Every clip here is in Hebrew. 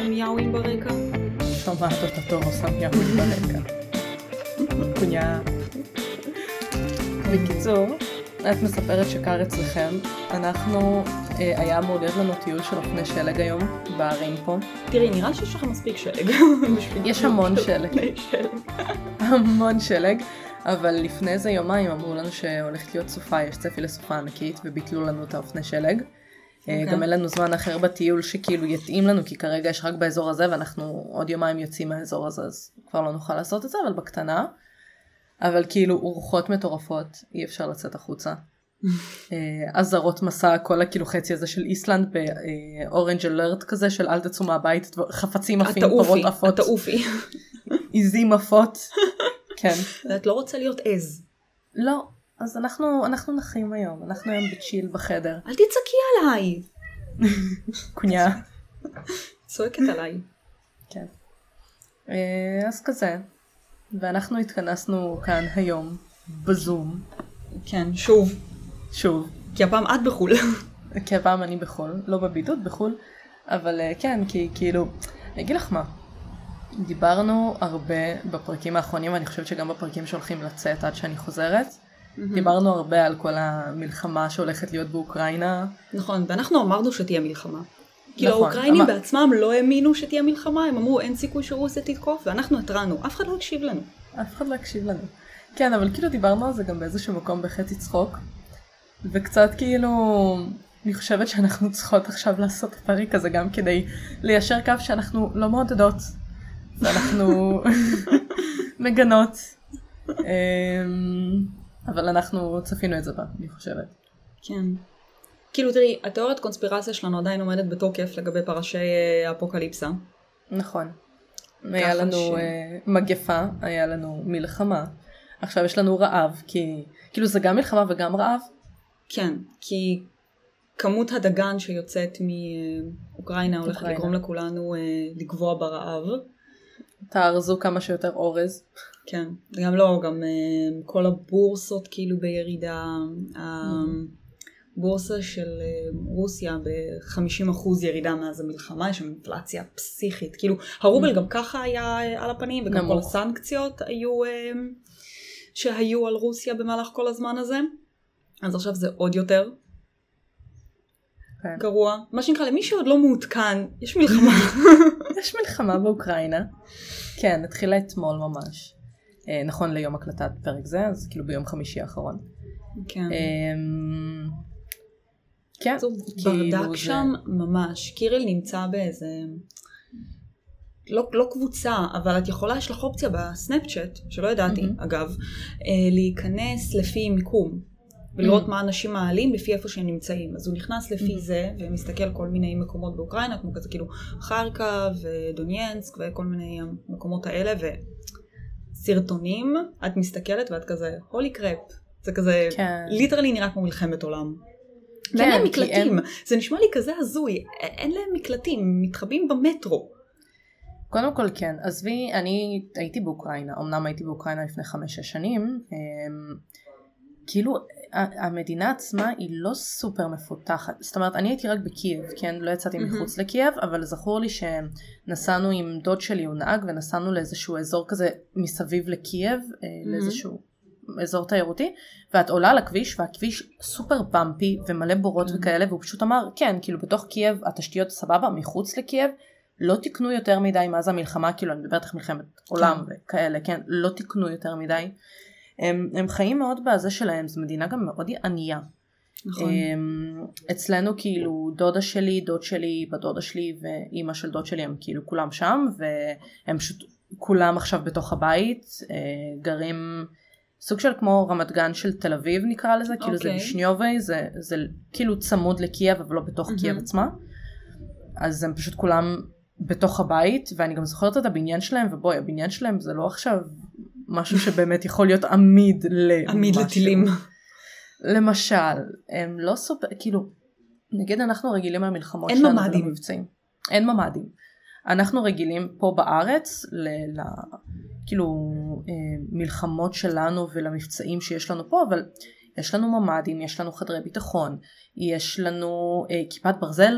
מיאוים ברקע? שומעת אותה טוב עושה מיאוים ברקע. קוניה. בקיצור, את מספרת שקר אצלכם. אנחנו, היה אמור להיות לנו טיול של אופני שלג היום, בערים פה. תראי, נראה שיש לכם מספיק שלג. יש המון שלג. המון שלג. אבל לפני איזה יומיים אמרו לנו שהולכת להיות סופה, יש צפי לסופה ענקית, וביטלו לנו את האופני שלג. גם אין לנו זמן אחר בטיול שכאילו יתאים לנו, כי כרגע יש רק באזור הזה, ואנחנו עוד יומיים יוצאים מהאזור הזה, אז כבר לא נוכל לעשות את זה, אבל בקטנה. אבל כאילו רוחות מטורפות, אי אפשר לצאת החוצה. עזרות מסע, כל הכאילו חצי הזה של איסלנד, באורנג' אלרט כזה, של אל תצאו מהבית, חפצים עפים, פרות עפות. התעופי. עיזים עפות. כן. ואת לא רוצה להיות עז. לא. אז אנחנו נחים היום, אנחנו היום בצ'יל בחדר. אל תצעקי עליי. קוניה. צועקת עליי. כן. אז כזה. ואנחנו התכנסנו כאן היום בזום. כן, שוב. שוב. כי הפעם את בחול. כי הפעם אני בחול, לא בבידוד, בחול. אבל כן, כי כאילו, אני אגיד לך מה. דיברנו הרבה בפרקים האחרונים, ואני חושבת שגם בפרקים שהולכים לצאת עד שאני חוזרת. דיברנו הרבה על כל המלחמה שהולכת להיות באוקראינה. נכון, ואנחנו אמרנו שתהיה מלחמה. כי האוקראינים בעצמם לא האמינו שתהיה מלחמה, הם אמרו אין סיכוי שרוסיה תתקוף, ואנחנו התרענו, אף אחד לא הקשיב לנו. אף אחד לא הקשיב לנו. כן, אבל כאילו דיברנו על זה גם באיזשהו מקום בחצי צחוק, וקצת כאילו, אני חושבת שאנחנו צריכות עכשיו לעשות פרק הזה גם כדי ליישר קו שאנחנו לא מעודדות, ואנחנו מגנות. אבל אנחנו צפינו את זה בה, אני חושבת. כן. כאילו תראי, התיאוריית קונספירציה שלנו עדיין עומדת בתוקף לגבי פרשי אפוקליפסה. נכון. היה לנו מגפה, היה לנו מלחמה. עכשיו יש לנו רעב, כי כאילו זה גם מלחמה וגם רעב. כן, כי כמות הדגן שיוצאת מאוקראינה הולכת לגרום לכולנו לגבוע ברעב. תארזו כמה שיותר אורז. כן, גם לא, גם כל הבורסות כאילו בירידה, הבורסה של רוסיה ב-50% ירידה מאז המלחמה, יש שם אינפלציה פסיכית, כאילו הרובל גם ככה היה על הפנים, וגם כל הסנקציות שהיו על רוסיה במהלך כל הזמן הזה, אז עכשיו זה עוד יותר גרוע. מה שנקרא, למי שעוד לא מעודכן, יש מלחמה. יש מלחמה באוקראינה. כן, התחילה אתמול ממש. נכון ליום הקלטת פרק זה, אז כאילו ביום חמישי האחרון. כן. כן. ברדק שם ממש. קיריל נמצא באיזה, לא קבוצה, אבל את יכולה, יש לך אופציה בסנאפצ'אט, שלא ידעתי אגב, להיכנס לפי מיקום, ולראות מה אנשים מעלים לפי איפה שהם נמצאים. אז הוא נכנס לפי זה, ומסתכל כל מיני מקומות באוקראינה, כמו כזה כאילו חרקב ודוניינסק וכל מיני מקומות האלה, סרטונים, את מסתכלת ואת כזה, הולי קרפ, זה כזה, ליטרלי נראה כמו מלחמת עולם. ואין להם מקלטים, זה נשמע לי כזה הזוי, אין להם מקלטים, מתחבאים במטרו. קודם כל כן, עזבי, אני הייתי באוקראינה, אמנם הייתי באוקראינה לפני 5-6 שנים, כאילו המדינה עצמה היא לא סופר מפותחת, זאת אומרת אני הייתי רק בקייב, כן, לא יצאתי מחוץ לקייב, אבל זכור לי שנסענו עם דוד שלי, הוא נהג, ונסענו לאיזשהו אזור כזה מסביב לקייב, לאיזשהו אזור תיירותי, ואת עולה על הכביש, והכביש סופר במפי ומלא בורות וכאלה, והוא פשוט אמר, כן, כאילו בתוך קייב התשתיות סבבה, מחוץ לקייב, לא תקנו יותר מדי מאז המלחמה, כאילו אני מדברת איך מלחמת עולם וכאלה, כן, לא תקנו יותר מדי. הם חיים מאוד בזה שלהם, זו מדינה גם מאוד ענייה. נכון. אצלנו כאילו דודה שלי, דוד שלי, בדודה שלי ואימא של דוד שלי הם כאילו כולם שם, והם פשוט כולם עכשיו בתוך הבית, גרים סוג של כמו רמת גן של תל אביב נקרא לזה, כאילו זה בשניובי, זה כאילו צמוד לקייב אבל לא בתוך קייב עצמה, אז הם פשוט כולם בתוך הבית, ואני גם זוכרת את הבניין שלהם, ובואי, הבניין שלהם זה לא עכשיו משהו שבאמת יכול להיות עמיד לטילים. למשל, הם לא סופר, כאילו, נגיד אנחנו רגילים מהמלחמות שלנו ולמבצעים. אין ממדים. אנחנו רגילים פה בארץ, כאילו, מלחמות שלנו ולמבצעים שיש לנו פה, אבל יש לנו ממדים, יש לנו חדרי ביטחון, יש לנו כיפת ברזל,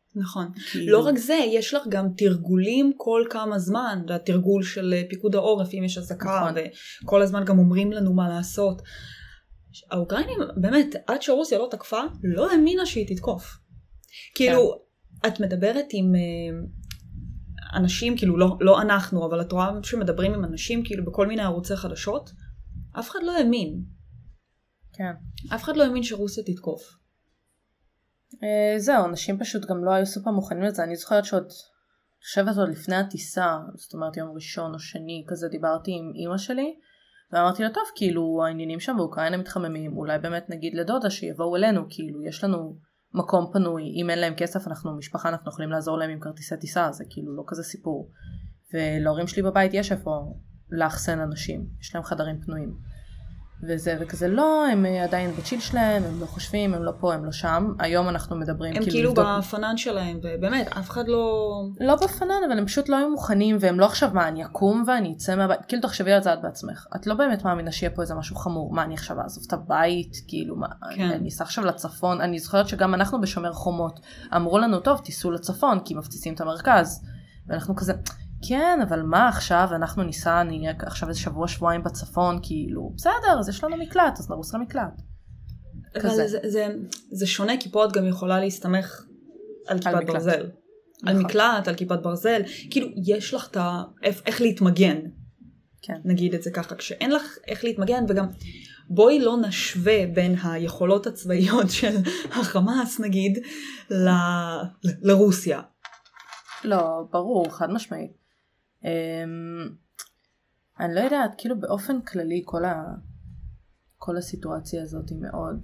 נכון. לא רק זה, יש לך גם תרגולים כל כמה זמן, התרגול של פיקוד העורף, אם יש אזעקה, וכל הזמן גם אומרים לנו מה לעשות. האוקראינים, באמת, עד שרוסיה לא תקפה, לא האמינה שהיא תתקוף. כאילו, את מדברת עם אנשים, כאילו, לא אנחנו, אבל את רואה שמדברים עם אנשים, כאילו, בכל מיני ערוצי חדשות, אף אחד לא האמין. כן. אף אחד לא האמין שרוסיה תתקוף. זהו, אנשים פשוט גם לא היו סופר מוכנים לזה. אני זוכרת חושבת עוד לפני הטיסה, זאת אומרת יום ראשון או שני, כזה דיברתי עם אמא שלי, ואמרתי לה, טוב, כאילו העניינים שם באוקראינה מתחממים, אולי באמת נגיד לדודה שיבואו אלינו, כאילו יש לנו מקום פנוי, אם אין להם כסף אנחנו משפחה, אנחנו יכולים לעזור להם עם כרטיסי טיסה, זה כאילו לא כזה סיפור. ולהורים שלי בבית יש איפה לאחסן אנשים, יש להם חדרים פנויים. וזה וכזה לא, הם עדיין בצ'יל שלהם, הם לא חושבים, הם לא פה, הם לא שם. היום אנחנו מדברים הם כאילו בפנן שלהם, ובאמת, אף אחד לא... לא בפנן, אבל הם פשוט לא היו מוכנים, והם לא עכשיו, מה, אני אקום ואני אצא מהבית, כאילו תחשבי על זה את בעצמך. את לא באמת מאמינה שיהיה פה איזה משהו חמור, מה, אני עכשיו אעזוב את הבית, כאילו, מה, אני אסע עכשיו לצפון, אני זוכרת שגם אנחנו בשומר חומות, אמרו לנו, טוב, תיסעו לצפון, כי מפציצים את המרכז. ואנחנו כזה... כן, אבל מה עכשיו? אנחנו ניסע, נהיה עכשיו איזה שבוע-שבועיים בצפון, כאילו, בסדר, אז יש לנו מקלט, אז נרוס למקלט. אבל זה שונה, כי פה את גם יכולה להסתמך על כיפת ברזל. על מקלט, על כיפת ברזל. כאילו, יש לך איך להתמגן. כן. נגיד את זה ככה, כשאין לך איך להתמגן, וגם בואי לא נשווה בין היכולות הצבאיות של החמאס, נגיד, לרוסיה. לא, ברור, חד משמעית. אני לא יודעת, כאילו באופן כללי כל הסיטואציה הזאת היא מאוד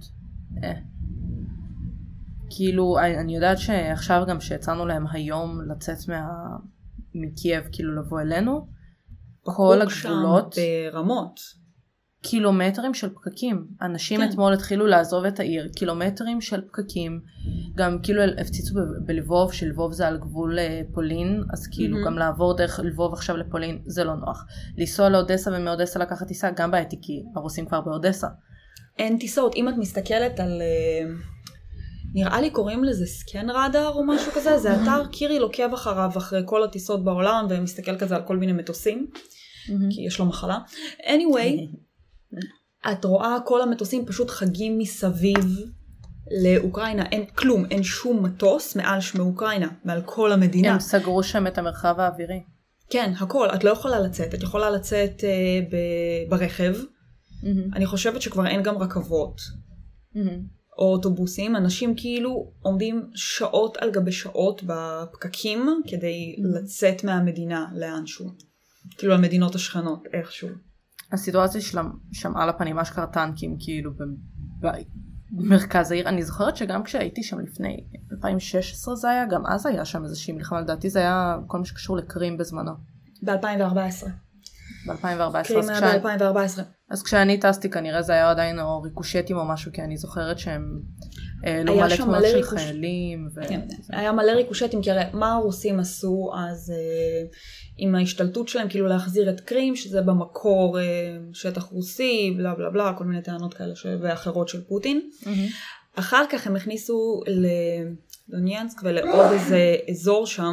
כאילו אני יודעת שעכשיו גם שיצאנו להם היום לצאת מקייב, כאילו לבוא אלינו, כל הגבולות ברמות קילומטרים של פקקים. אנשים אתמול התחילו לעזוב את העיר, קילומטרים של פקקים. גם כאילו הפציצו בלבוב, שלבוב זה על גבול פולין, אז כאילו גם לעבור דרך לבוב עכשיו לפולין זה לא נוח. לנסוע לאודסה ומאודסה לקחת טיסה גם בעייתי, כי הרוסים כבר באודסה. אין טיסות. אם את מסתכלת על... נראה לי קוראים לזה סקן רדאר או משהו כזה, זה אתר קירי לוקב אחרי כל הטיסות בעולם, ומסתכל כזה על כל מיני מטוסים, כי יש לו מחלה. anyway, את רואה כל המטוסים פשוט חגים מסביב לאוקראינה, אין כלום, אין שום מטוס מעל שמי אוקראינה, מעל כל המדינה. הם סגרו שם את המרחב האווירי. כן, הכל, את לא יכולה לצאת, את יכולה לצאת ברכב, אני חושבת שכבר אין גם רכבות, או אוטובוסים, אנשים כאילו עומדים שעות על גבי שעות בפקקים, כדי לצאת מהמדינה לאנשהו, כאילו המדינות השכנות, איכשהו. הסיטואציה שם על הפנים, אשכרה טנקים, כאילו במרכז העיר. אני זוכרת שגם כשהייתי שם לפני 2016 זה היה, גם אז היה שם איזושהי מלחמה, לדעתי זה היה כל מה שקשור לקרים בזמנו. ב-2014. קרים היה ב-2014. אז כשאני טסתי כנראה זה היה עדיין או ריקושטים או משהו, כי אני זוכרת שהם לא מלא תמונות של חיילים. כן, היה מלא ריקושטים, כי הרי מה הרוסים עשו אז עם ההשתלטות שלהם, כאילו להחזיר את קרים, שזה במקור שטח רוסי, בלה בלה בלה, כל מיני טענות כאלה ואחרות של פוטין. אחר כך הם הכניסו לדוניינסק ולעוד איזה אזור שם,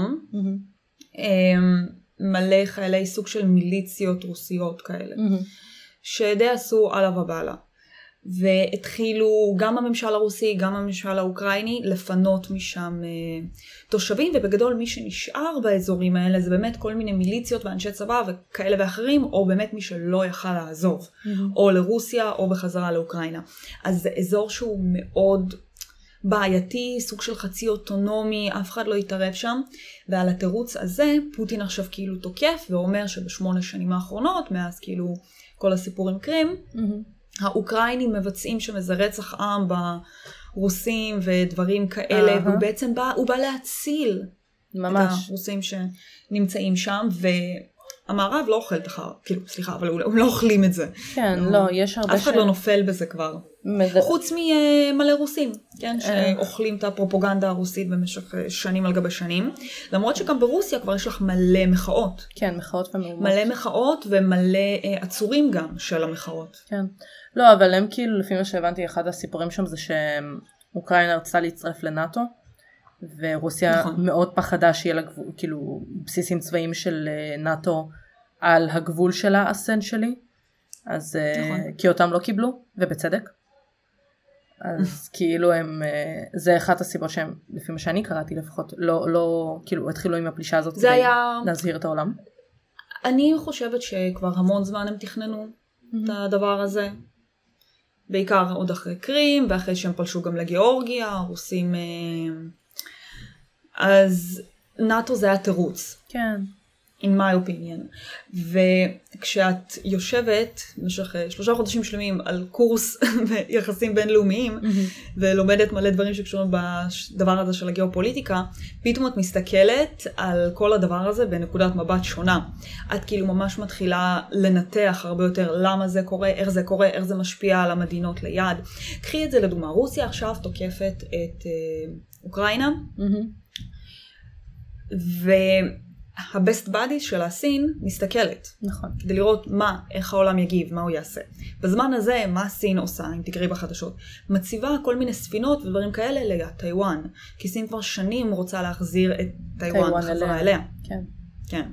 מלא חיילי סוג של מיליציות רוסיות כאלה, שדי עשו עליו הבעלה. והתחילו גם הממשל הרוסי, גם הממשל האוקראיני, לפנות משם תושבים, ובגדול מי שנשאר באזורים האלה, זה באמת כל מיני מיליציות ואנשי צבא וכאלה ואחרים, או באמת מי שלא יכל לעזוב, או לרוסיה, או בחזרה לאוקראינה. אז זה אזור שהוא מאוד בעייתי, סוג של חצי אוטונומי, אף אחד לא יתערב שם, ועל התירוץ הזה, פוטין עכשיו כאילו תוקף, ואומר שב8 שנים האחרונות, מאז כאילו כל הסיפור עם קרים, האוקראינים מבצעים שם איזה רצח עם ברוסים ודברים כאלה, והוא בעצם בא להציל ממש את הרוסים שנמצאים שם, והמערב לא אוכל את החר, כאילו, סליחה, אבל הם לא אוכלים את זה. כן, לא, יש הרבה אף אחד לא נופל בזה כבר. חוץ ממלא רוסים, כן, שאוכלים את הפרופוגנדה הרוסית במשך שנים על גבי שנים, למרות שגם ברוסיה כבר יש לך מלא מחאות. כן, מחאות ומהומות. מלא מחאות ומלא עצורים גם של המחאות. כן. לא, אבל הם כאילו, לפי מה שהבנתי, אחד הסיפורים שם זה שאוקראינה רצתה להצטרף לנאטו, ורוסיה נכון. מאוד פחדה שיהיה לה כאילו בסיסים צבאיים של נאטו על הגבול שלה אסנשלי, אז נכון. כי אותם לא קיבלו, ובצדק. אז כאילו הם, זה אחת הסיבות שהם, לפי מה שאני קראתי לפחות, לא, כאילו התחילו עם הפלישה הזאת כדי להזהיר את העולם. אני חושבת שכבר המון זמן הם תכננו את הדבר הזה. בעיקר עוד אחרי קרים, ואחרי שהם פלשו גם לגיאורגיה, הרוסים... אז נאטו זה היה תירוץ. כן. In my opinion. וכשאת יושבת במשך 3 חודשים שלמים על קורס ביחסים בינלאומיים, ולומדת מלא דברים שקשורים בדבר הזה של הגיאופוליטיקה, פתאום את מסתכלת על כל הדבר הזה בנקודת מבט שונה. את כאילו ממש מתחילה לנתח הרבה יותר למה זה קורה, איך זה משפיע על המדינות ליד. קחי את זה לדוגמה, רוסיה עכשיו תוקפת את אוקראינה, והבסט בדיס של הסין מסתכלת. נכון. כדי לראות איך העולם יגיב, מה הוא יעשה. בזמן הזה, מה סין עושה, אם תקראי בחדשות? מציבה כל מיני ספינות ודברים כאלה ליד טיואן. כי סין כבר שנים רוצה להחזיר את טיואן בחזרה אליה. כן. כן.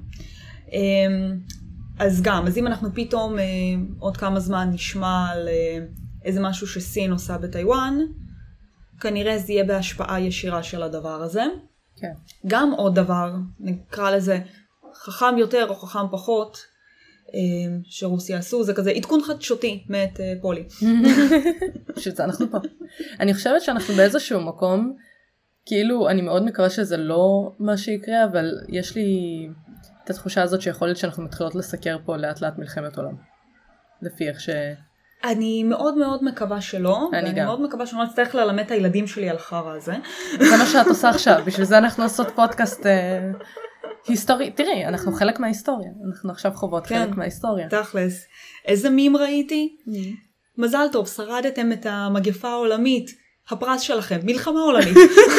אז אם אנחנו פתאום עוד כמה זמן נשמע על איזה משהו שסין עושה בטיואן, כנראה זה יהיה בהשפעה ישירה של הדבר הזה. כן. גם עוד דבר, נקרא לזה חכם יותר או חכם פחות, שרוסיה עשו, זה כזה עדכון חדשותי מאת פולי. פשוט זה אנחנו פה. אני חושבת שאנחנו באיזשהו מקום, כאילו אני מאוד מקווה שזה לא מה שיקרה, אבל יש לי את התחושה הזאת שיכול להיות שאנחנו מתחילות לסקר פה לאט לאט מלחמת עולם. לפי איך ש... אני מאוד מאוד מקווה שלא, ואני גם. מאוד מקווה שאני לא אצטרך ללמד את הילדים שלי על חרא הזה. זה מה שאת עושה עכשיו, בשביל זה אנחנו עושות פודקאסט היסטורי. תראי, אנחנו חלק מההיסטוריה, אנחנו עכשיו חוות חלק מההיסטוריה. תכלס. איזה מים ראיתי? מזל טוב, שרדתם את המגפה העולמית, הפרס שלכם, מלחמה עולמית.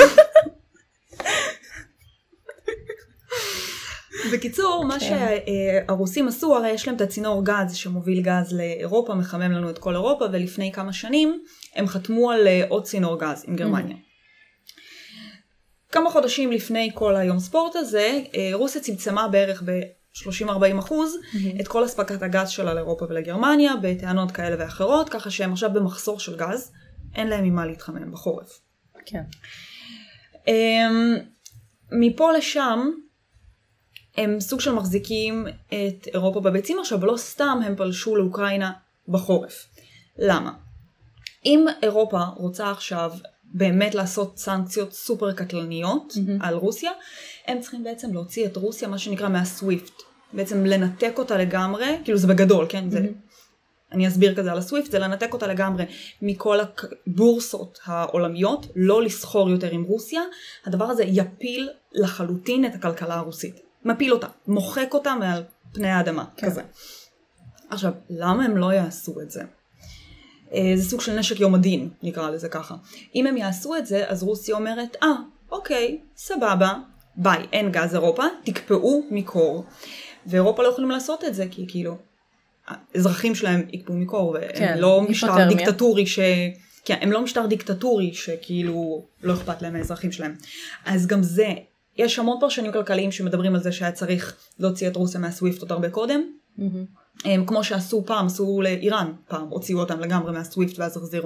בקיצור, מה שהרוסים עשו, הרי יש להם את הצינור גז שמוביל גז לאירופה, מחמם לנו את כל אירופה, ולפני כמה שנים הם חתמו על עוד צינור גז עם גרמניה. כמה חודשים לפני כל היום ספורט הזה, רוסיה צמצמה בערך ב-30-40% את כל הספקת הגז שלה לאירופה ולגרמניה, בטענות כאלה ואחרות, ככה שהם עכשיו במחסור של גז, אין להם ממה להתחמם בחורף. כן. מפה לשם, הם סוג של מחזיקים את אירופה בביצים, עכשיו לא סתם הם פלשו לאוקראינה בחורף. למה? אם אירופה רוצה עכשיו באמת לעשות סנקציות סופר קטלניות על רוסיה, הם צריכים בעצם להוציא את רוסיה, מה שנקרא מהסוויפט. בעצם לנתק אותה לגמרי, כאילו זה בגדול, כן? אני אסביר כזה על הסוויפט, זה לנתק אותה לגמרי מכל הבורסות העולמיות, לא לסחור יותר עם רוסיה. הדבר הזה יפיל לחלוטין את הכלכלה הרוסית. מפיל אותה, מוחק אותה מעל פני האדמה, כזה. עכשיו, למה הם לא יעשו את זה? זה סוג של נשק יום הדין, נקרא לזה ככה. אם הם יעשו את זה, אז רוסיה אומרת, אוקיי, סבבה, ביי, אין גז אירופה, תקפאו מקור. ואירופה לא יכולים לעשות את זה, כי כאילו, האזרחים שלהם יקפאו מקור, והם לא משטר דיקטטורי כן, הם לא משטר דיקטטורי שכאילו לא אכפת להם האזרחים שלהם. אז גם זה, יש המון פרשנים כלכליים שמדברים על זה שהיה צריך להוציא את רוסיה מהסוויפט עוד הרבה קודם. כמו שעשו פעם, עשו לאיראן פעם, הוציאו אותם לגמרי מהסוויפט ואז החזירו.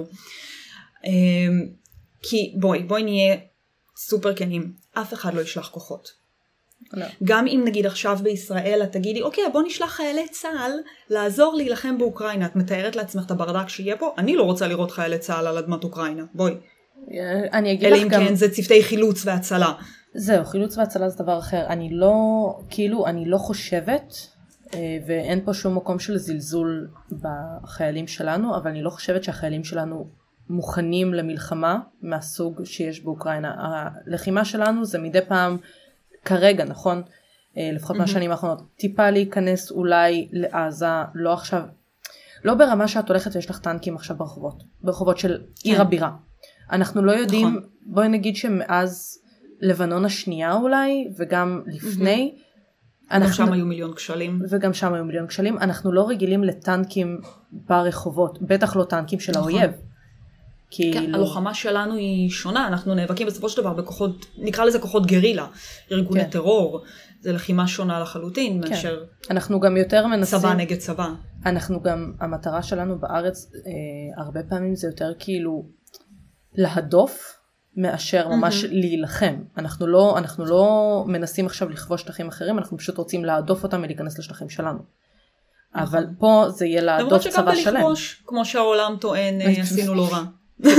כי בואי נהיה סופר כנים, אף אחד לא ישלח כוחות. לא. גם אם נגיד עכשיו בישראל את תגידי, אוקיי, בוא נשלח חיילי צה"ל לעזור להילחם באוקראינה. את מתארת לעצמך את הברדק שיהיה פה? אני לא רוצה לראות חיילי צה"ל על אדמת אוקראינה. בואי. אני אגיד לך גם... אלא אם כן זה צוותי חילוץ והצלה. זהו, חילוץ והצלה זה דבר אחר. אני לא חושבת, ואין פה שום מקום של זלזול בחיילים שלנו, אבל אני לא חושבת שהחיילים שלנו מוכנים למלחמה מהסוג שיש באוקראינה. הלחימה שלנו זה מדי פעם כרגע, נכון? לפחות מהשנים האחרונות. טיפה להיכנס אולי לעזה, לא עכשיו, לא ברמה שאת הולכת ויש לך טנקים עכשיו ברחובות של עיר הבירה. אנחנו לא יודעים, בואי נגיד שמאז לבנון השנייה אולי, וגם לפני, גם שם היו מיליון כשלים. וגם שם היו מיליון כשלים. אנחנו לא רגילים לטנקים ברחובות, בטח לא טנקים של האויב. כן, הלוחמה שלנו היא שונה, אנחנו נאבקים בסופו של דבר בכוחות, נקרא לזה כוחות גרילה, ארגוני טרור, זה לחימה שונה לחלוטין, מאשר אנחנו גם יותר מנסים, צבא נגד צבא. אנחנו גם, המטרה שלנו בארץ, הרבה פעמים זה יותר כאילו להדוף, מאשר ממש להילחם. אנחנו לא מנסים עכשיו לכבוש שטחים אחרים, אנחנו פשוט רוצים להדוף אותם ולהיכנס לשטחים שלנו. אבל פה זה יהיה להדוף צבא שלם. למרות שגם בלכבוש, כמו שהעולם טוען, עשינו לא רע.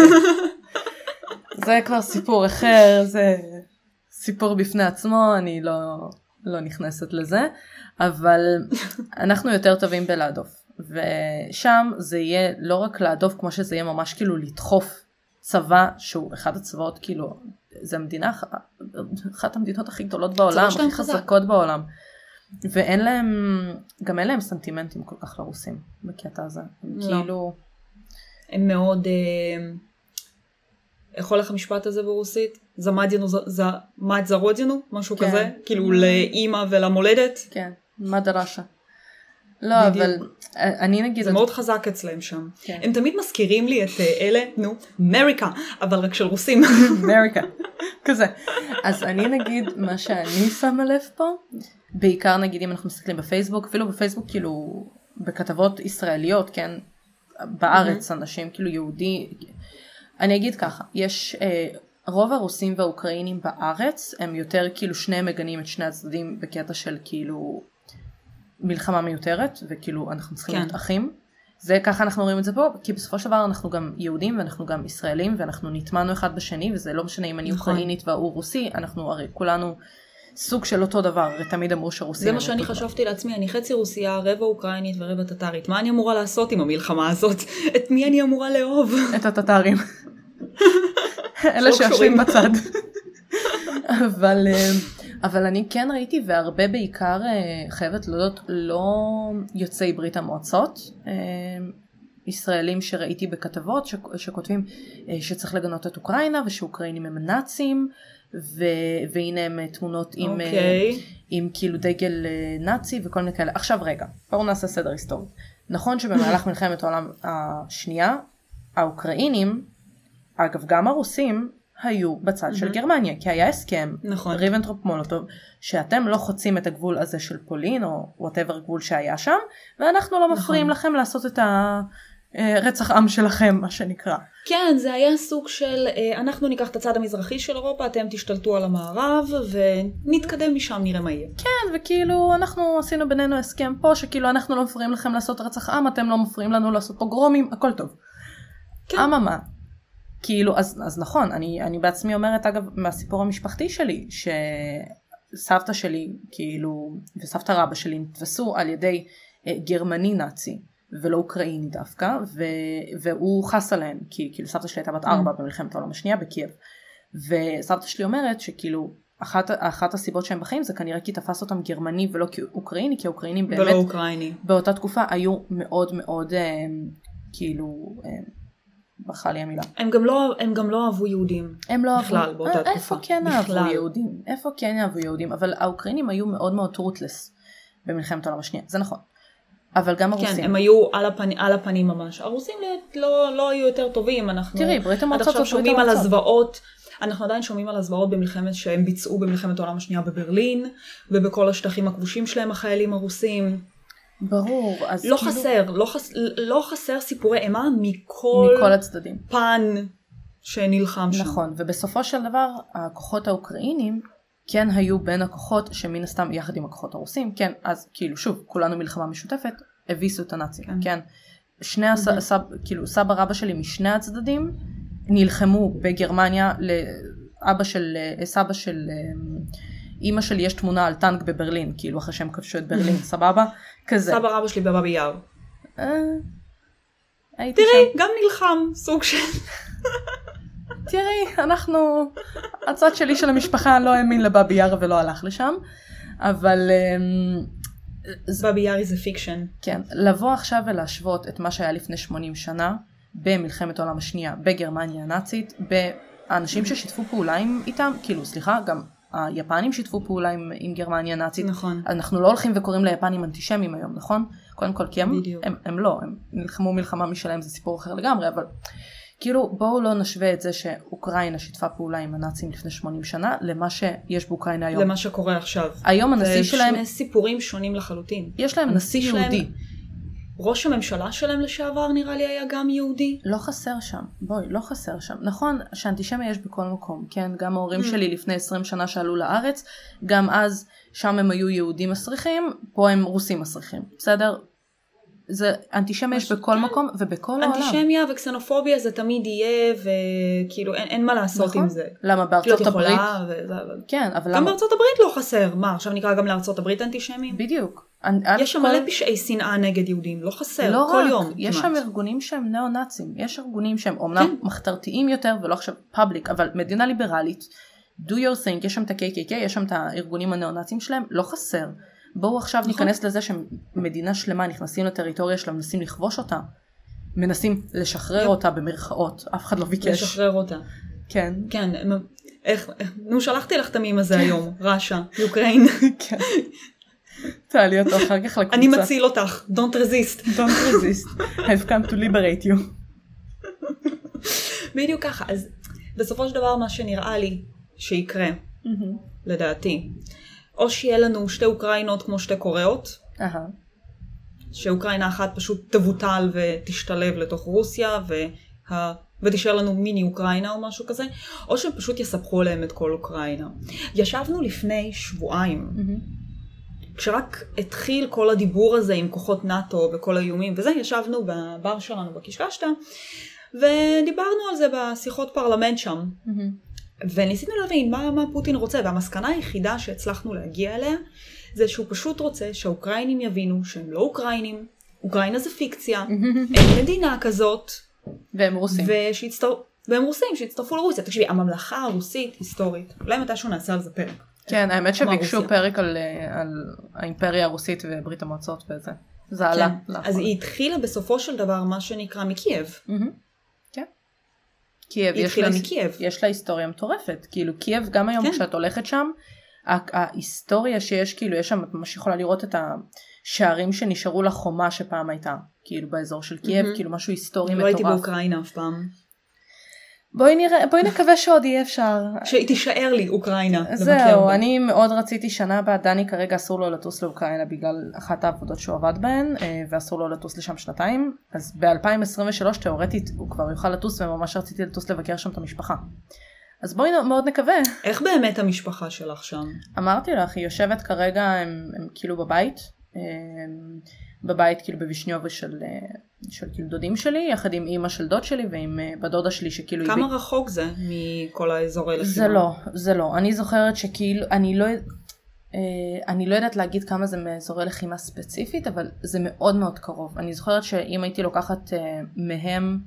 זה כבר סיפור אחר, זה סיפור בפני עצמו, אני לא נכנסת לזה, אבל אנחנו יותר טובים בלהדוף. ושם זה יהיה לא רק להדוף, כמו שזה יהיה ממש כאילו לדחוף צבא, שהוא אחד הצבאות, כאילו, זה מדינה, אחת המדינות הכי גדולות בעולם, הכי חזקות בעולם. ואין להם, גם אין להם סנטימנטים כל כך לרוסים בקטע הזה. הם כאילו... הם מאוד... איך הולך המשפט הזה ברוסית? זמד זרודינו, משהו כזה? כאילו לאמא ולמולדת? כן, מדרשה. לא, אבל אני נגיד... זה מאוד חזק אצלם שם. הם תמיד מזכירים לי את אלה, אמריקה, אבל רק של רוסים. אמריקה, כזה. אז אני נגיד, מה שאני שמה לב פה, בעיקר נגיד אם אנחנו מסתכלים בפייסבוק, אפילו בפייסבוק כאילו, בכתבות ישראליות, כן, בארץ אנשים כאילו יהודי, אני אגיד ככה, יש... רוב הרוסים והאוקראינים בארץ, הם יותר כאילו שניהם מגנים את שני הצדדים בקטע של כאילו... מלחמה מיותרת, וכאילו אנחנו צריכים להיות אחים. זה ככה אנחנו רואים את זה פה, כי בסופו של דבר אנחנו גם יהודים, ואנחנו גם ישראלים, ואנחנו נטמנו אחד בשני, וזה לא משנה אם אני אוקראינית והוא רוסי, אנחנו הרי כולנו סוג של אותו דבר, הרי תמיד אמרו שרוסים. זה מה שאני חשבתי לעצמי, אני חצי רוסיה, רבע אוקראינית ורבע טטרית. מה אני אמורה לעשות עם המלחמה הזאת? את מי אני אמורה לאהוב? את הטטרים. אלה שיושבים בצד. אבל אני כן ראיתי, והרבה בעיקר חייבת להודות, לא יוצאי ברית המועצות, ישראלים שראיתי בכתבות שכותבים שצריך לגנות את אוקראינה, ושאוקראינים הם נאצים, והנה הם תמונות עם כאילו דגל נאצי וכל מיני כאלה. עכשיו רגע, בואו נעשה סדר היסטורי. נכון שבמהלך מלחמת העולם השנייה, האוקראינים, אגב גם הרוסים, היו בצד של גרמניה, כי היה הסכם, ריבנטרופ מולוטוב, שאתם לא חוצים את הגבול הזה של פולין, או whatever גבול שהיה שם, ואנחנו לא מפריעים לכם לעשות את הרצח עם שלכם, מה שנקרא. כן, זה היה סוג של, אנחנו ניקח את הצד המזרחי של אירופה, אתם תשתלטו על המערב, ונתקדם משם, נראה מה יהיה. כן, וכאילו אנחנו עשינו בינינו הסכם פה, שכאילו אנחנו לא מפריעים לכם לעשות רצח עם, אתם לא מפריעים לנו לעשות פוגרומים, הכל טוב. אממה. כאילו, אז נכון, אני בעצמי אומרת, אגב, מהסיפור המשפחתי שלי, שסבתא שלי, כאילו, וסבתא רבא שלי, נתפסו על ידי גרמני נאצי, ולא אוקראיני דווקא, והוא חס עליהם, כי כאילו סבתא שלי הייתה בת 4 במלחמת העולם השנייה בקייב, וסבתא שלי אומרת שכאילו, אחת הסיבות שהם בחיים זה כנראה כי תפס אותם גרמני ולא כאוקראיני, כי האוקראינים באמת, באותה תקופה היו מאוד מאוד, כאילו, ברכה לי המילה. הם גם לא אהבו יהודים. הם לא בכלל, אהבו. באותה תקופה. איפה כן אהבו יהודים? איפה כן אהבו יהודים? אבל האוקראינים היו מאוד מאוד טרוטלס במלחמת העולם השנייה. זה נכון. אבל גם הרוסים. כן, הם היו על הפנים ממש. הרוסים לא היו יותר טובים. תראי, ברית המועצות עד עכשיו שומעים על הזוועות. אנחנו עדיין שומעים על הזוועות במלחמת שהם ביצעו במלחמת העולם השנייה בברלין, ובכל השטחים הכבושים שלהם החיילים הרוסים. ברור. לא חסר סיפורי אימה מכל הצדדים. פן שנלחם שם. נכון, ובסופו של דבר הכוחות האוקראינים כן היו בין הכוחות שמן הסתם יחד עם הכוחות הרוסים, כן, אז כאילו שוב, כולנו מלחמה משותפת, הביסו את הנאצים, כן. שני כאילו סבא רבא שלי משני הצדדים נלחמו בגרמניה, סבא של אמא שלי יש תמונה על טנק בברלין, כאילו אחרי שהם כבשו את ברלין, סבבה? כזה. סבא רבא שלי בבאבי יאר. תראי, גם נלחם, סוג של... תראי, הצד שלי של המשפחה לא האמין לבאבי יאר ולא הלך לשם, אבל... באבי יאר זה פיקשן. כן, לבוא עכשיו ולהשוות את מה שהיה לפני 80 שנה, במלחמת העולם השנייה, בגרמניה הנאצית, באנשים ששיתפו פעולה איתם, כאילו, סליחה, גם... היפנים שיתפו פעולה עם גרמניה הנאצית. נכון. אנחנו לא הולכים וקוראים ליפנים אנטישמים היום, נכון? קודם כל, כי הם לא, הם נלחמו מלחמה משלהם, זה סיפור אחר לגמרי, אבל כאילו בואו לא נשווה את זה שאוקראינה שיתפה פעולה עם הנאצים לפני 80 שנה, למה שיש באוקראינה היום. למה שקורה עכשיו. היום הנשיא שלהם... זה שני סיפורים שונים לחלוטין. יש להם נשיא יהודי. ראש הממשלה שלהם לשעבר נראה לי היה גם יהודי. לא חסר שם, בואי, לא חסר שם. נכון שאנטישמיה יש בכל מקום, כן? גם ההורים שלי לפני 20 שנה שעלו לארץ, גם אז שם הם היו יהודים מסריחים, פה הם רוסים מסריחים, בסדר? זה אנטישמיה יש בכל מקום ובכל העולם. אנטישמיה וקסנופוביה זה תמיד יהיה, וכאילו אין מה לעשות עם זה. למה בארצות הברית? כן, אבל גם בארצות הברית לא חסר. מה, עכשיו נקרא גם לארצות הברית אנטישמים? בדיוק. יש שם מלא פשעי שנאה נגד יהודים, לא חסר, כל יום כמעט. יש שם ארגונים שהם נאו-נאצים, יש ארגונים שהם אומנם מחתרתיים יותר ולא עכשיו פאבליק, אבל מדינה ליברלית, do your thing, יש שם את ה-KKK, יש שם את הארגונים הנאו-נאצים שלהם, לא חסר. בואו עכשיו ניכנס לזה שמדינה שלמה נכנסים לטריטוריה שלה, מנסים לכבוש אותה, מנסים לשחרר אותה במרכאות, אף אחד לא ביקש. לשחרר אותה. כן. כן, נו שלחתי לך את המים הזה היום, רשע, יוקראין. כן. תעלי אותו אחר כך לקבוצה. אני מציל אותך, don't resist. Don't resist. I've come to liberate you. בדיוק ככה, אז בסופו של דבר מה שנראה לי שיקרה, לדעתי, או שיהיה לנו שתי אוקראינות כמו שתי קוריאות, שאוקראינה אחת פשוט תבוטל ותשתלב לתוך רוסיה, ותישאר לנו מיני אוקראינה או משהו כזה, או שהם פשוט יספחו להם את כל אוקראינה. ישבנו לפני שבועיים, כשרק התחיל כל הדיבור הזה עם כוחות נאטו וכל האיומים וזה, ישבנו בבר שלנו בקישקשתא, ודיברנו על זה בשיחות פרלמנט שם. וניסינו להבין מה פוטין רוצה, והמסקנה היחידה שהצלחנו להגיע אליה, זה שהוא פשוט רוצה שהאוקראינים יבינו שהם לא אוקראינים, אוקראינה זה פיקציה, אין מדינה כזאת. והם רוסים. והם רוסים שהצטרפו לרוסיה. תקשיבי, הממלכה הרוסית היסטורית, אולי מתישהו נעשה על זה פרק. כן, האמת שביקשו פרק על האימפריה הרוסית וברית המועצות וזה. זה עלה. אז היא התחילה בסופו של דבר מה שנקרא מקייב. כן. קייב, יש לה היסטוריה מטורפת. כאילו קייב גם היום כשאת הולכת שם, ההיסטוריה שיש, כאילו יש שם, את ממש יכולה לראות את השערים שנשארו לחומה שפעם הייתה. כאילו באזור של קייב, כאילו משהו היסטורי מטורף. לא הייתי באוקראינה אף פעם. בואי נקווה שעוד יהיה אפשר. שהיא תישאר לי אוקראינה. זהו, אני מאוד רציתי שנה הבאה, דני כרגע אסור לו לטוס לאוקראינה בגלל אחת העבודות שהוא עבד בהן, ואסור לו לטוס לשם שנתיים, אז ב-2023 תיאורטית הוא כבר יוכל לטוס, וממש רציתי לטוס לבקר שם את המשפחה. אז בואי מאוד נקווה. איך באמת המשפחה שלך שם? אמרתי לך, היא יושבת כרגע, הם כאילו בבית כאילו בווישניובה של כאילו דודים שלי, יחד עם אמא של דוד שלי ועם בדודה שלי שכאילו... כמה רחוק זה מכל האזורי לחימה? זה לא. אני זוכרת שכאילו, אני לא יודעת להגיד כמה זה מאזורי לחימה ספציפית, אבל זה מאוד מאוד קרוב. אני זוכרת שאם הייתי לוקחת מהם,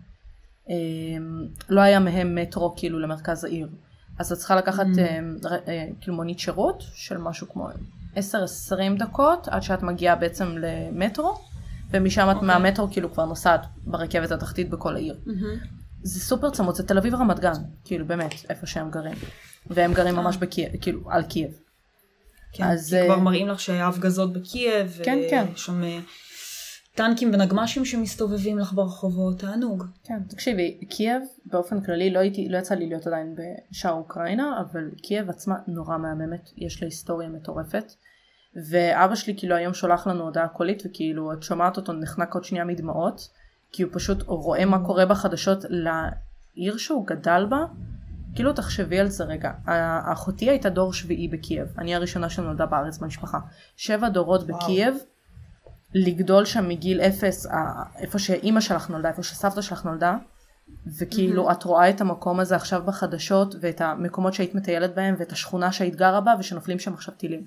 לא היה מהם מטרו כאילו למרכז העיר. אז את צריכה לקחת כאילו מונית שירות של משהו כמו 10-20 דקות, עד שאת מגיעה בעצם למטרו, ומשם את מהמטרו כאילו כבר נוסעת ברכבת התחתית בכל העיר. זה סופר צמוד, זה תל אביב רמת גן, כאילו באמת, איפה שהם גרים. והם גרים ממש בקייב, כאילו על קייב. כן, כי כבר מראים לך שהיה הפגזות בקייב, ושם טנקים ונגמשים שמסתובבים לך ברחובות, תענוג. כן, תקשיבי, קייב באופן כללי, לא יצא לי להיות עדיין בשער אוקראינה, אבל קייב עצמה נורא מהממת, יש לה היסטוריה מטורפת. ואבא שלי כאילו היום שולח לנו הודעה קולית, וכאילו את שומעת אותו נחנק עוד שנייה מדמעות, כי הוא פשוט רואה מה קורה בחדשות לעיר שהוא גדל בה. כאילו תחשבי על זה רגע, אחותי הייתה דור שביעי בקייב, אני הראשונה שנולדה בארץ במשפחה, 7 דורות בקייב, לגדול שם מגיל 0, איפה שאימא שלך נולדה, איפה שסבתא שלך נולדה, וכאילו את רואה את המקום הזה עכשיו בחדשות, ואת המקומות שהיית מטיילת בהם, ואת השכונה שהיית גרה בה, ושנופלים שם עכשיו טילים.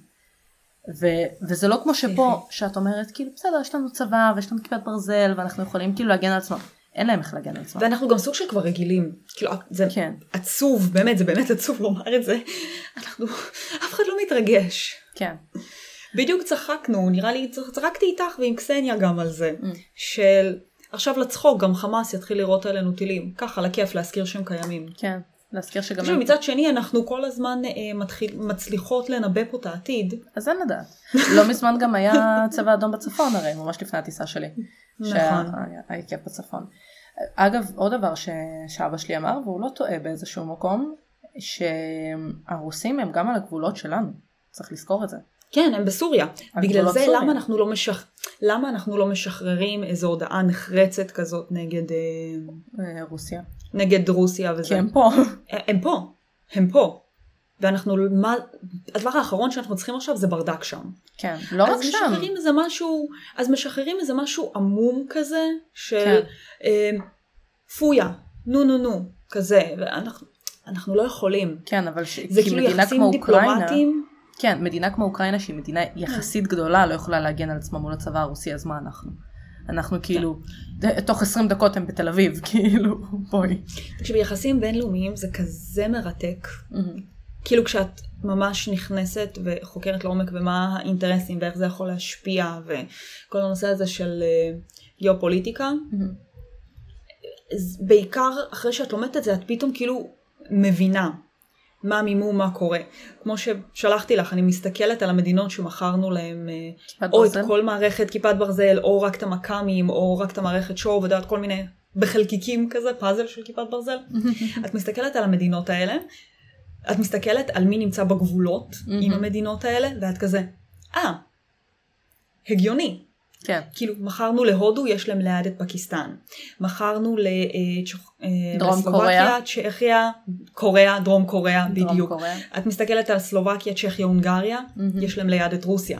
וזה לא כמו שפה, שאת אומרת, כאילו בסדר, יש לנו צבא, ויש לנו כיפת ברזל, ואנחנו יכולים כאילו להגן על עצמם. אין להם איך להגן על עצמם. ואנחנו גם סוג של כבר רגילים. כאילו, זה עצוב, באמת, זה באמת עצוב לומר את זה. אף אחד לא מתרגש. כן. בדיוק צחקנו, נראה לי, צחקתי איתך ועם קסניה גם על זה, של עכשיו לצחוק, גם חמאס יתחיל לראות עלינו טילים, ככה לכיף להזכיר שהם קיימים. כן, להזכיר שגם... עכשיו מצד שני, אנחנו כל הזמן מצליחות לנבא פה את העתיד. אז אין לדעת. לא מזמן גם היה צבא אדום בצפון הרי, ממש לפני הטיסה שלי. נכון. שהיה כיף בצפון. אגב, עוד דבר שאבא שלי אמר, והוא לא טועה באיזשהו מקום, שהרוסים הם גם על הגבולות שלנו. צריך לזכור את זה. כן, הם בסוריה. בגלל זה למה אנחנו לא משחררים איזו הודעה נחרצת כזאת נגד רוסיה. נגד רוסיה וזה. כי הם פה. הם פה. ואנחנו, הדבר האחרון שאנחנו צריכים עכשיו זה ברדק שם. כן, לא רק שם. אז משחררים איזה משהו עמום כזה, של פויה, נו, כזה, ואנחנו לא יכולים. כן, אבל זה כאילו יחסים דיפלומטיים. כן, מדינה כמו אוקראינה, שהיא מדינה יחסית גדולה, לא יכולה להגן על עצמה מול הצבא הרוסי, אז מה אנחנו? אנחנו כאילו, תוך 20 דקות הם בתל אביב, כאילו, בואי. ביחסים בינלאומיים זה כזה מרתק. כאילו כשאת ממש נכנסת וחוקרת לעומק ומה האינטרסים ואיך זה יכול להשפיע וכל הנושא הזה של גיאופוליטיקה. בעיקר אחרי שאת לומדת את זה, את פתאום כאילו מבינה מה מימום, מה קורה. כמו ששלחתי לך, אני מסתכלת על המדינות שמכרנו להם או את כל מערכת כיפת ברזל, או רק את המקאמים, או רק את המערכת שור, ודעת כל מיני בחלקיקים כזה, פאזל של כיפת ברזל. את מסתכלת על המדינות האלה, את מסתכלת על מי נמצא בגבולות עם המדינות האלה, ואת כזה, הגיוני. כן. כאילו, מכרנו להודו, יש להם ליד את פקיסטן. מכרנו דרום קוריאה, צ'כיה, קוריאה, דרום קוריאה, בדיוק. את מסתכלת על סלובקיה, צ'כיה, הונגריה, יש להם ליד את רוסיה.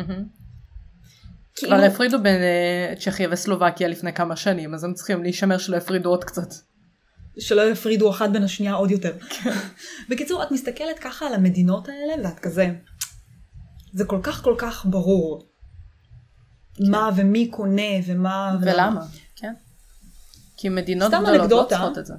כבר הפרידו בין צ'כיה וסלובקיה לפני כמה שנים, אז הם צריכים להישמר שלא הפרידו עוד קצת. שלא יפרידו אחת בין השנייה עוד יותר. בקיצור, את מסתכלת ככה על המדינות האלה, ואת כזה, זה כל כך ברור. מה ומי קונה ומה... ולמה, כן. כי מדינות גדולות לא צריכות את זה.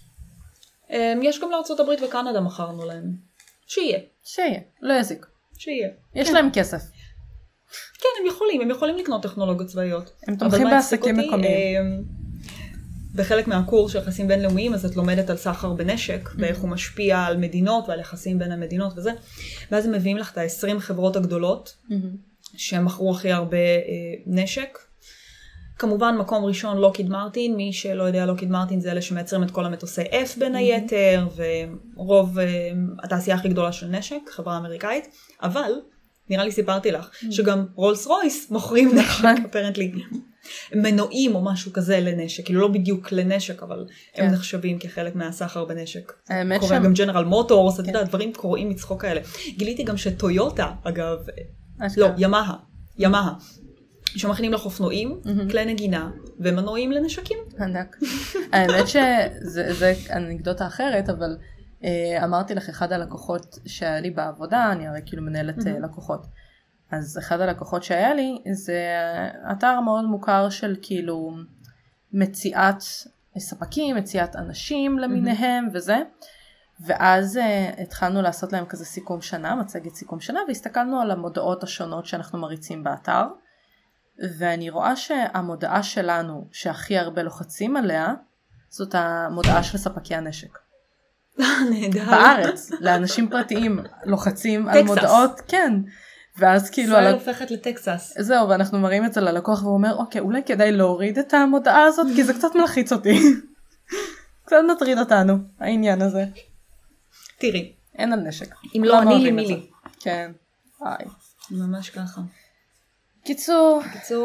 יש גם לארצות הברית וקנדה מכרנו להם. שיהיה, לא יזיק. שיהיה. יש להם כסף. כן, הם יכולים לקנות טכנולוגיות צבאיות. הם תומכים בעסקים מקומיים. בחלק מהקורס של יחסים בינלאומיים, אז את לומדת על סחר בנשק, ואיך הוא משפיע על מדינות ועל יחסים בין המדינות וזה. ואז הם מביאים לך את ה-20 חברות הגדולות, שהם מכרו הכי הרבה נשק. כמובן, מקום ראשון, לוקיד מרטין. מי שלא יודע, לוקיד מרטין זה אלה שמייצרים את כל המטוסי F בין היתר, ורוב התעשייה הכי גדולה של נשק, חברה אמריקאית. אבל, נראה לי סיפרתי לך, שגם רולס רויס מוכרים נשק, אפרנטלי. מנועים או משהו כזה לנשק, כאילו לא בדיוק לנשק, אבל הם נחשבים כחלק מהסחר בנשק. קורה גם ג'נרל מוטורס, אתה יודע, דברים קוראים מצחוק כאלה. גיליתי גם שטויוטה, אגב, לא, ימאה, שמכינים לך אופנועים, כלי נגינה, ומנועים לנשקים. האמת שזה אנקדוטה אחרת, אבל אמרתי לך, אחד הלקוחות שהיה לי בעבודה, אני הרי כאילו מנהלת לקוחות, אז אחד הלקוחות שהיה לי, זה אתר מאוד מוכר של כאילו מציאת ספקים, מציאת אנשים למיניהם וזה, ואז התחלנו לעשות להם כזה סיכום שנה, מצגת סיכום שנה, והסתכלנו על המודעות השונות שאנחנו מריצים באתר, ואני רואה שהמודעה שלנו שהכי הרבה לוחצים עליה, זאת המודעה של ספקי הנשק. נהדר. בארץ, לאנשים פרטיים לוחצים על מודעות, כן. ואז כאילו... ישראל הופכת לטקסס. זהו, ואנחנו מראים את זה ללקוח, והוא אומר, אוקיי, אולי כדאי להוריד את המודעה הזאת, כי זה קצת מלחיץ אותי. קצת מטריד אותנו, העניין הזה. תראי. אין על נשק. אם לא אני לי מילי. כן. היי. ממש ככה. קיצור.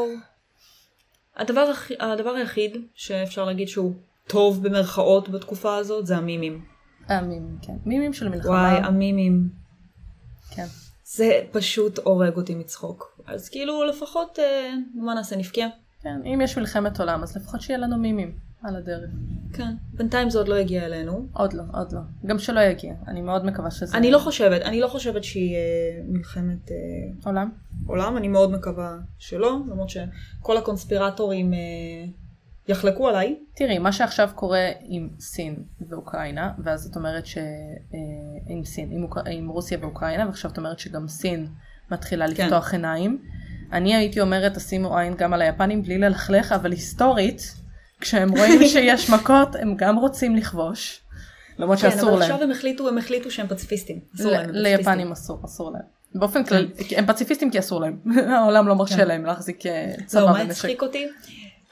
הדבר היחיד שאפשר להגיד שהוא טוב במרכאות בתקופה הזאת, זה המימים. המימים, כן. מימים של מלחמה. וואי, המימים. כן. זה פשוט הורג אותי מצחוק. אז כאילו לפחות, מה נעשה, נפקיע? כן, אם יש מלחמת עולם, אז לפחות שיהיה לנו מימים על הדרך. כן, בינתיים זה עוד לא הגיע אלינו. עוד לא. גם שלא יגיע. אני מאוד מקווה שזה... אני לא חושבת שהיא מלחמת עולם. אני מאוד מקווה שלא, למרות שכל הקונספירטורים יחלקו עליי. תראי, מה שעכשיו קורה עם סין ואוקראינה, ואז זאת אומרת עם סין, עם רוסיה ואוקראינה, ועכשיו זאת אומרת שגם סין מתחילה לפתוח עיניים. אני הייתי אומרת, תשימו עין גם על היפנים בלי ללכלך, אבל היסטורית, כשהם רואים שיש מכות, הם גם רוצים לכבוש. למרות שאסור להם. אבל עכשיו הם החליטו שהם פציפיסטים. ליפנים אסור להם. באופן כללי, הם פציפיסטים כי אסור להם. העולם לא מרשה להם להחזיק צבא ונשק. מה הצחיק אותי?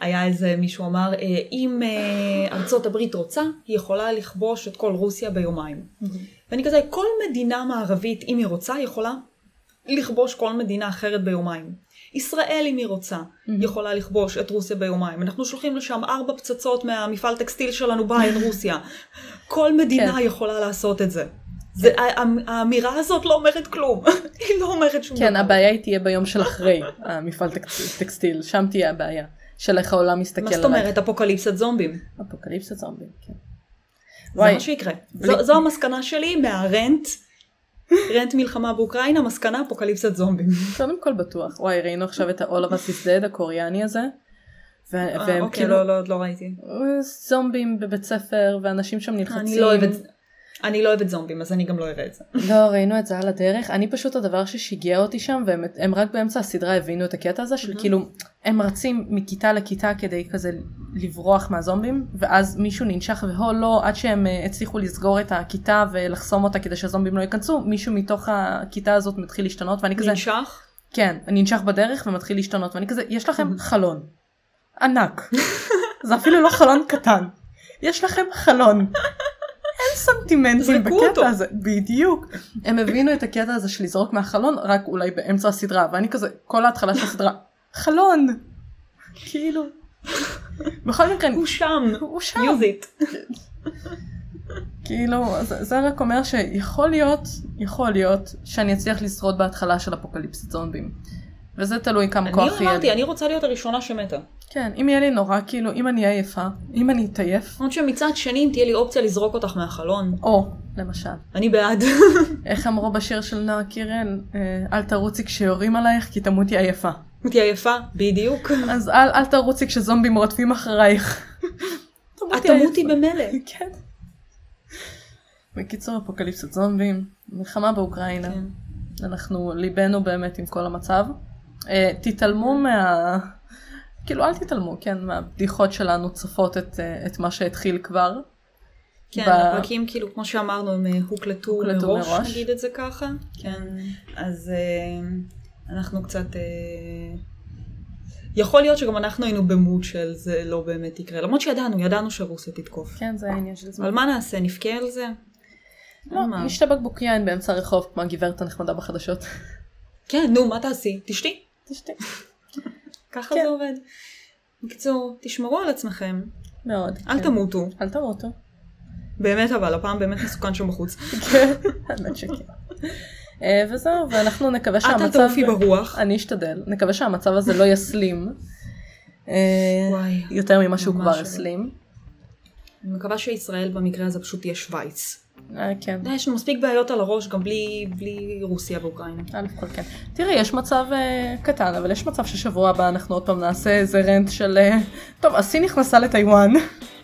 היה איזה מישהו אמר, אם ארצות הברית רוצה, היא יכולה לכבוש את כל רוסיה ביומיים. ואני כזה, כל מדינה מערבית, אם היא רוצה, יכולה לכבוש כל מדינה אחרת ביומיים. ישראל, אם היא רוצה, יכולה לכבוש את רוסיה ביומיים. אנחנו שולחים לשם 4 פצצות מהמפעל טקסטיל שלנו בעין רוסיה. כל מדינה יכולה לעשות את זה. האמירה הזאת לא אומרת כלום. היא לא אומרת שום דבר. כן, הבעיה היא תהיה ביום של אחרי המפעל טקסטיל. שם תהיה הבעיה. של איך העולם מסתכל עליי. מה זאת אומרת? אפוקליפסת זומבים. אפוקליפסת זומבים, כן. זה מה שיקרה. זו המסקנה שלי מהרנט. רנט מלחמה באוקראינה, מסקנה אפוקליפסת זומבים. קודם כל בטוח. וואי, ראינו עכשיו את ה-All of Us is Dead הקוריאני הזה. אוקיי, לא ראיתי. זומבים בבית ספר, ואנשים שם נלחצים. אני לא אוהבת זומבים, אז אני גם לא אראה את זה. לא, ראינו את זה על הדרך. אני פשוט הדבר ששיגע אותי שם, והם רק באמצע הסדרה הבינו את הקטע הזה, של כאילו, הם רצים מכיתה לכיתה כדי כזה לברוח מהזומבים, ואז מישהו ננשך והוא לא, עד שהם הצליחו לסגור את הכיתה ולחסום אותה כדי שהזומבים לא ייכנסו, מישהו מתוך הכיתה הזאת מתחיל להשתנות, ואני כזה... ננשך? כן, ננשך בדרך ומתחיל להשתנות, ואני כזה, יש לכם חלון. ענק. זה אפילו לא חלון קטן. יש לכם חלון. אין סנטימנטים בקטע הזה, בדיוק. הם הבינו את הקטע הזה של לזרוק מהחלון, רק אולי באמצע הסדרה, ואני כזה, כל ההתחלה של הסדרה, חלון! כאילו. בכל מקרה... הוא שם. הוא שם. use it. כאילו, זה רק אומר שיכול להיות שאני אצליח לשרוד בהתחלה של אפוקליפסת זומבים. וזה תלוי כמה כוח יהיה. אני אמרתי, אני רוצה להיות הראשונה שמתה. כן, אם יהיה לי נורא, כאילו, אם אני אהיה יפה, אם אני אתעייף. עוד שמצד שני, אם תהיה לי אופציה לזרוק אותך מהחלון. או, למשל. אני בעד. איך אמרו בשיר של נועה קירל, אל תרוצי כשיורים עלייך, כי תמותי עייפה. תמותי עייפה, בדיוק. אז אל תרוצי כשזומבים רודפים אחרייך. את תמותי במלא. כן. בקיצור, אפוקליפסת זומבים, מלחמה באוקראינה. אנחנו ליבנו באמת עם כל המצב. תתעלמו כאילו אל תתעלמו, כן, מהבדיחות שלנו צפות את מה שהתחיל כבר. כן, הפרקים כאילו, כמו שאמרנו, הם הוקלטו מראש, נגיד את זה ככה. כן, אז אנחנו קצת... יכול להיות שגם אנחנו היינו במוד של זה לא באמת יקרה. למרות שידענו שרוסיה תתקוף. כן, זה העניין של זה. אבל מה נעשה? נבכה על זה? לא, נשתה בקבוק יין באמצע הרחוב, כמו הגברת הנחמדה בחדשות. כן, נו, מה תעשי? תשתי. ככה זה עובד. בקיצור, תשמרו על עצמכם. מאוד. אל תמותו. אל תמותו. באמת אבל, הפעם באמת מסוכן שם בחוץ. כן, האמת שכן. וזהו, ואנחנו נקווה שהמצב... את תעופי ברוח. אני אשתדל. נקווה שהמצב הזה לא יסלים. יותר ממה שהוא כבר יסלים. אני מקווה שישראל במקרה הזה פשוט תהיה שוויץ. כן. יש לנו מספיק בעיות על הראש, גם בלי רוסיה ואוקראינה. כן. תראי, יש מצב קטן, אבל יש מצב ששבוע הבא אנחנו עוד פעם נעשה איזה רנט של... טוב, הסין נכנסה לטיואן.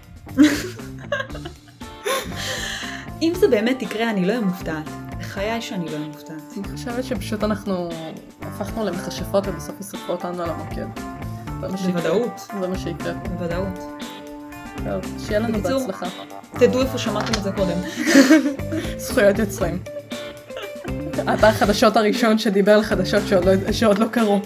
אם זה באמת יקרה, אני לא אהיה מופתעת. בחיי שאני לא אהיה מופתעת. אני חושבת שפשוט אנחנו הפכנו למכשפות ובסוף יספרו אותנו על המוקד. בוודאות. זה מה שיקרה. בוודאות. טוב, שיהיה לנו בהצלחה. תדעו איפה שמעתם את זה קודם. זכויות יוצרים. אתה החדשות הראשון שדיבר על חדשות שעוד לא קרו.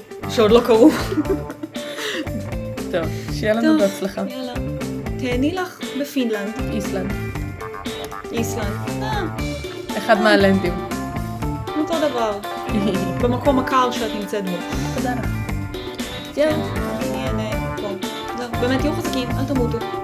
טוב, שיהיה לנו בהצלחה. יאללה. תהני לך בפינלנד. איסלנד. אחד מהלנדים. אותו דבר. במקום הקר שאת נמצאת בו. תודה לך. באמת, יהיו חזקים, אל תמותו.